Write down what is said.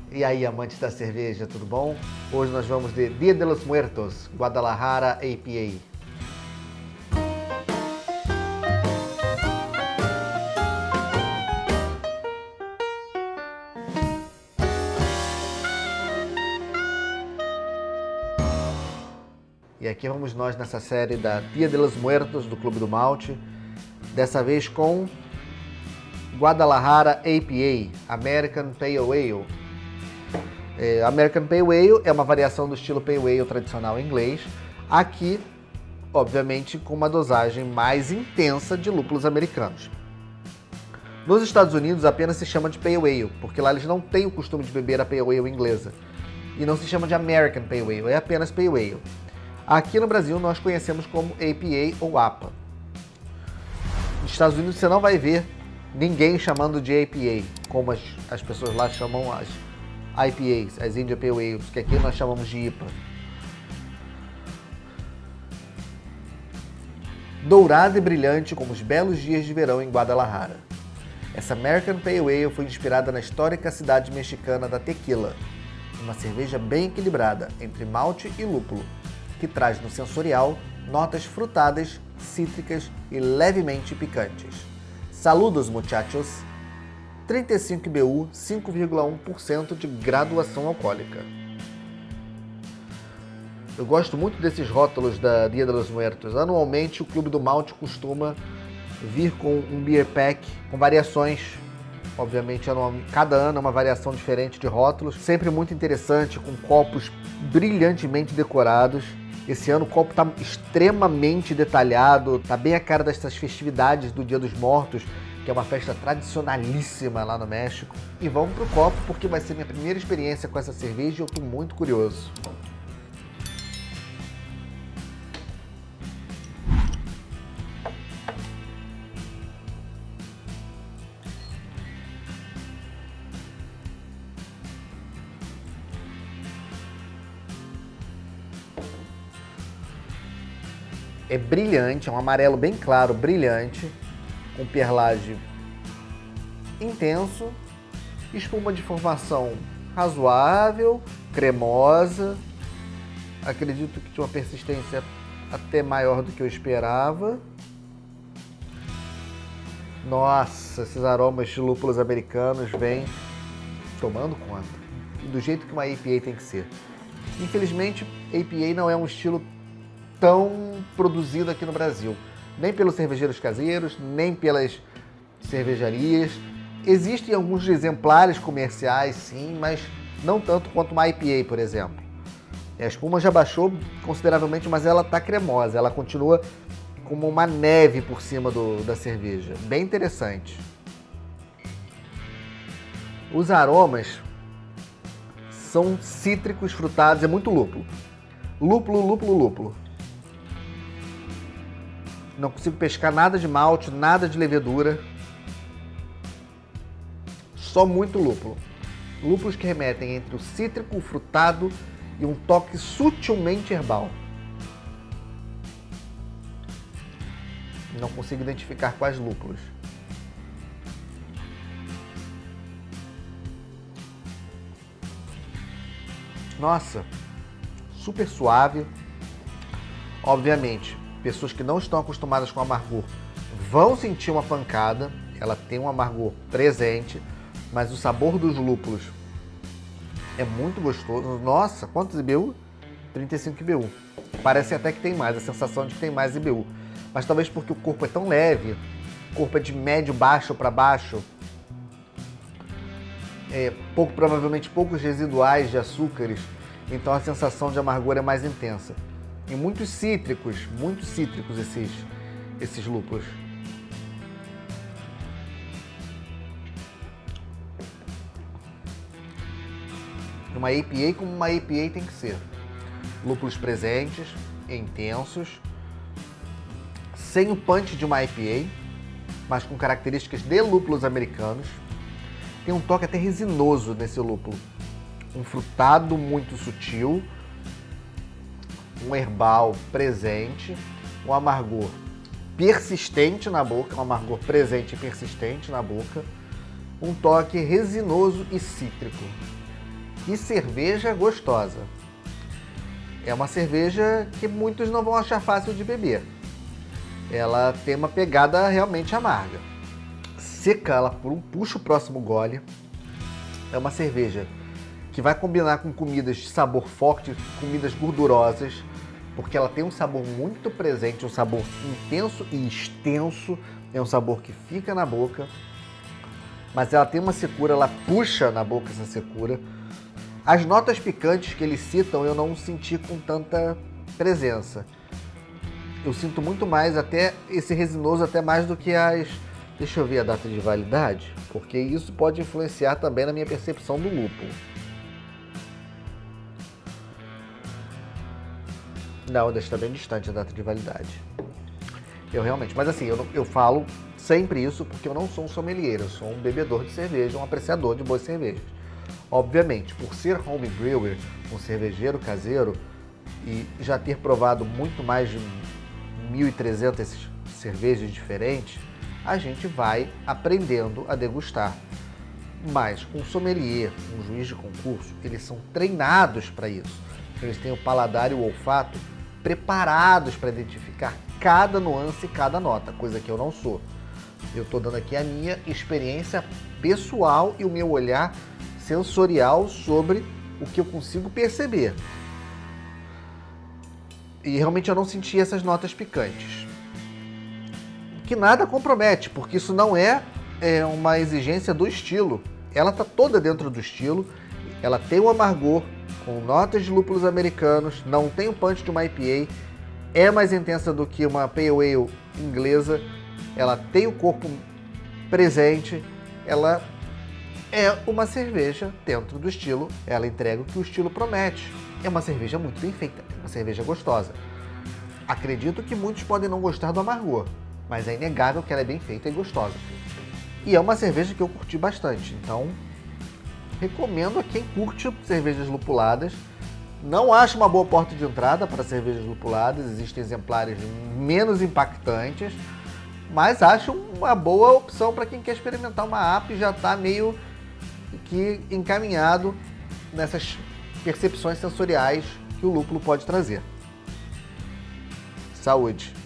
E aí, amantes da cerveja, tudo bom? Hoje nós vamos de Dia de los Muertos, Guadalajara APA. E aqui vamos nós nessa série da Dia de los Muertos do Clube do Malte, dessa vez com Guadalajara APA, American Pale Ale. American Pale Ale é uma variação do estilo Pale Ale tradicional inglês, aqui, obviamente, com uma dosagem mais intensa de lúpulos americanos. Nos Estados Unidos apenas se chama de Pale Ale, porque lá eles não têm o costume de beber a Pale Ale inglesa. E não se chama de American Pale Ale, é apenas Pale Ale. Aqui no Brasil nós conhecemos como APA ou APA. Nos Estados Unidos você não vai ver ninguém chamando de APA, como as pessoas lá chamam as IPAs, as India Pale Ales, que aqui nós chamamos de IPA. Dourada e brilhante como os belos dias de verão em Guadalajara. Essa American Pale Ale foi inspirada na histórica cidade mexicana da Tequila, uma cerveja bem equilibrada entre malte e lúpulo, que traz no sensorial notas frutadas, cítricas e levemente picantes. Saludos, muchachos! 35 IBU, 5,1% de graduação alcoólica. Eu gosto muito desses rótulos da Dia de los Muertos. Anualmente o Clube do Malte costuma vir com um beer pack com variações. Obviamente, cada ano é uma variação diferente de rótulos. Sempre muito interessante, com copos brilhantemente decorados. Esse ano o copo está extremamente detalhado, está bem a cara dessas festividades do Dia dos Mortos, que é uma festa tradicionalíssima lá no México. E vamos pro copo, porque vai ser minha primeira experiência com essa cerveja e eu estou muito curioso. É brilhante, é um amarelo bem claro, brilhante, com perlage intenso, espuma de formação razoável, cremosa. Acredito que tinha uma persistência até maior do que eu esperava. Nossa, esses aromas de lúpulos americanos vêm tomando conta. Do jeito que uma IPA tem que ser. Infelizmente, IPA não é um estilo tão produzido aqui no Brasil, nem pelos cervejeiros caseiros, nem pelas cervejarias. Existem alguns exemplares comerciais, sim, mas não tanto quanto uma IPA, por exemplo. A espuma já baixou consideravelmente, mas ela está cremosa, ela continua como uma neve por cima da cerveja. Bem interessante. Os aromas são cítricos, frutados, é muito lúpulo. Lúpulo, lúpulo, lúpulo. Não consigo pescar nada de malte, nada de levedura. Só muito lúpulo. Lúpulos que remetem entre o cítrico, o frutado e um toque sutilmente herbal. Não consigo identificar quais lúpulos. Nossa, super suave. Obviamente, pessoas que não estão acostumadas com amargor vão sentir uma pancada. Ela tem um amargor presente, mas o sabor dos lúpulos é muito gostoso. Nossa, quantos IBU? 35 IBU. Parece até que tem mais, a sensação de que tem mais IBU. Mas talvez porque o corpo é tão leve, o corpo é de médio baixo para baixo, provavelmente poucos residuais de açúcares, então a sensação de amargor é mais intensa. E muito cítricos esses lúpulos. Uma IPA como uma IPA tem que ser. Lúpulos presentes, intensos, sem o punch de uma IPA, mas com características de lúpulos americanos. Tem um toque até resinoso nesse lúpulo. Um frutado muito sutil, um herbal presente, um amargor persistente na boca, um amargor presente e persistente na boca, um toque resinoso e cítrico. Que cerveja gostosa. É uma cerveja que muitos não vão achar fácil de beber. Ela tem uma pegada realmente amarga. Seca ela por puxa o próximo gole. É uma cerveja que vai combinar com comidas de sabor forte, comidas gordurosas, porque ela tem um sabor muito presente, um sabor intenso e extenso. É um sabor que fica na boca, mas ela tem uma secura, ela puxa na boca essa secura. As notas picantes que eles citam eu não senti com tanta presença. Eu sinto muito mais, até esse resinoso, até mais do que as... Deixa eu ver a data de validade, porque isso pode influenciar também na minha percepção do lúpulo. Não, ainda está bem distante a data de validade. Eu realmente... Mas assim, eu falo sempre isso porque eu não sou um sommelier, eu sou um bebedor de cerveja, um apreciador de boas cervejas. Obviamente, por ser home brewer, um cervejeiro caseiro, e já ter provado muito mais de 1.300 cervejas diferentes, a gente vai aprendendo a degustar. Mas um sommelier, um juiz de concurso, eles são treinados para isso. Eles têm o paladar e o olfato preparados para identificar cada nuance e cada nota, coisa que eu não sou. Eu estou dando aqui a minha experiência pessoal e o meu olhar sensorial sobre o que eu consigo perceber. E realmente eu não senti essas notas picantes. Que nada compromete, porque isso não é uma exigência do estilo. Ela está toda dentro do estilo, ela tem um amargor com notas de lúpulos americanos, não tem o punch de uma IPA, é mais intensa do que uma Pale Ale inglesa, ela tem o corpo presente, ela é uma cerveja dentro do estilo, ela entrega o que o estilo promete. É uma cerveja muito bem feita, é uma cerveja gostosa. Acredito que muitos podem não gostar do amargor, mas é inegável que ela é bem feita e gostosa. E é uma cerveja que eu curti bastante, então recomendo a quem curte cervejas lupuladas. Não acho uma boa porta de entrada para cervejas lupuladas, existem exemplares menos impactantes, mas acho uma boa opção para quem quer experimentar uma APA e já está meio que encaminhado nessas percepções sensoriais que o lúpulo pode trazer. Saúde!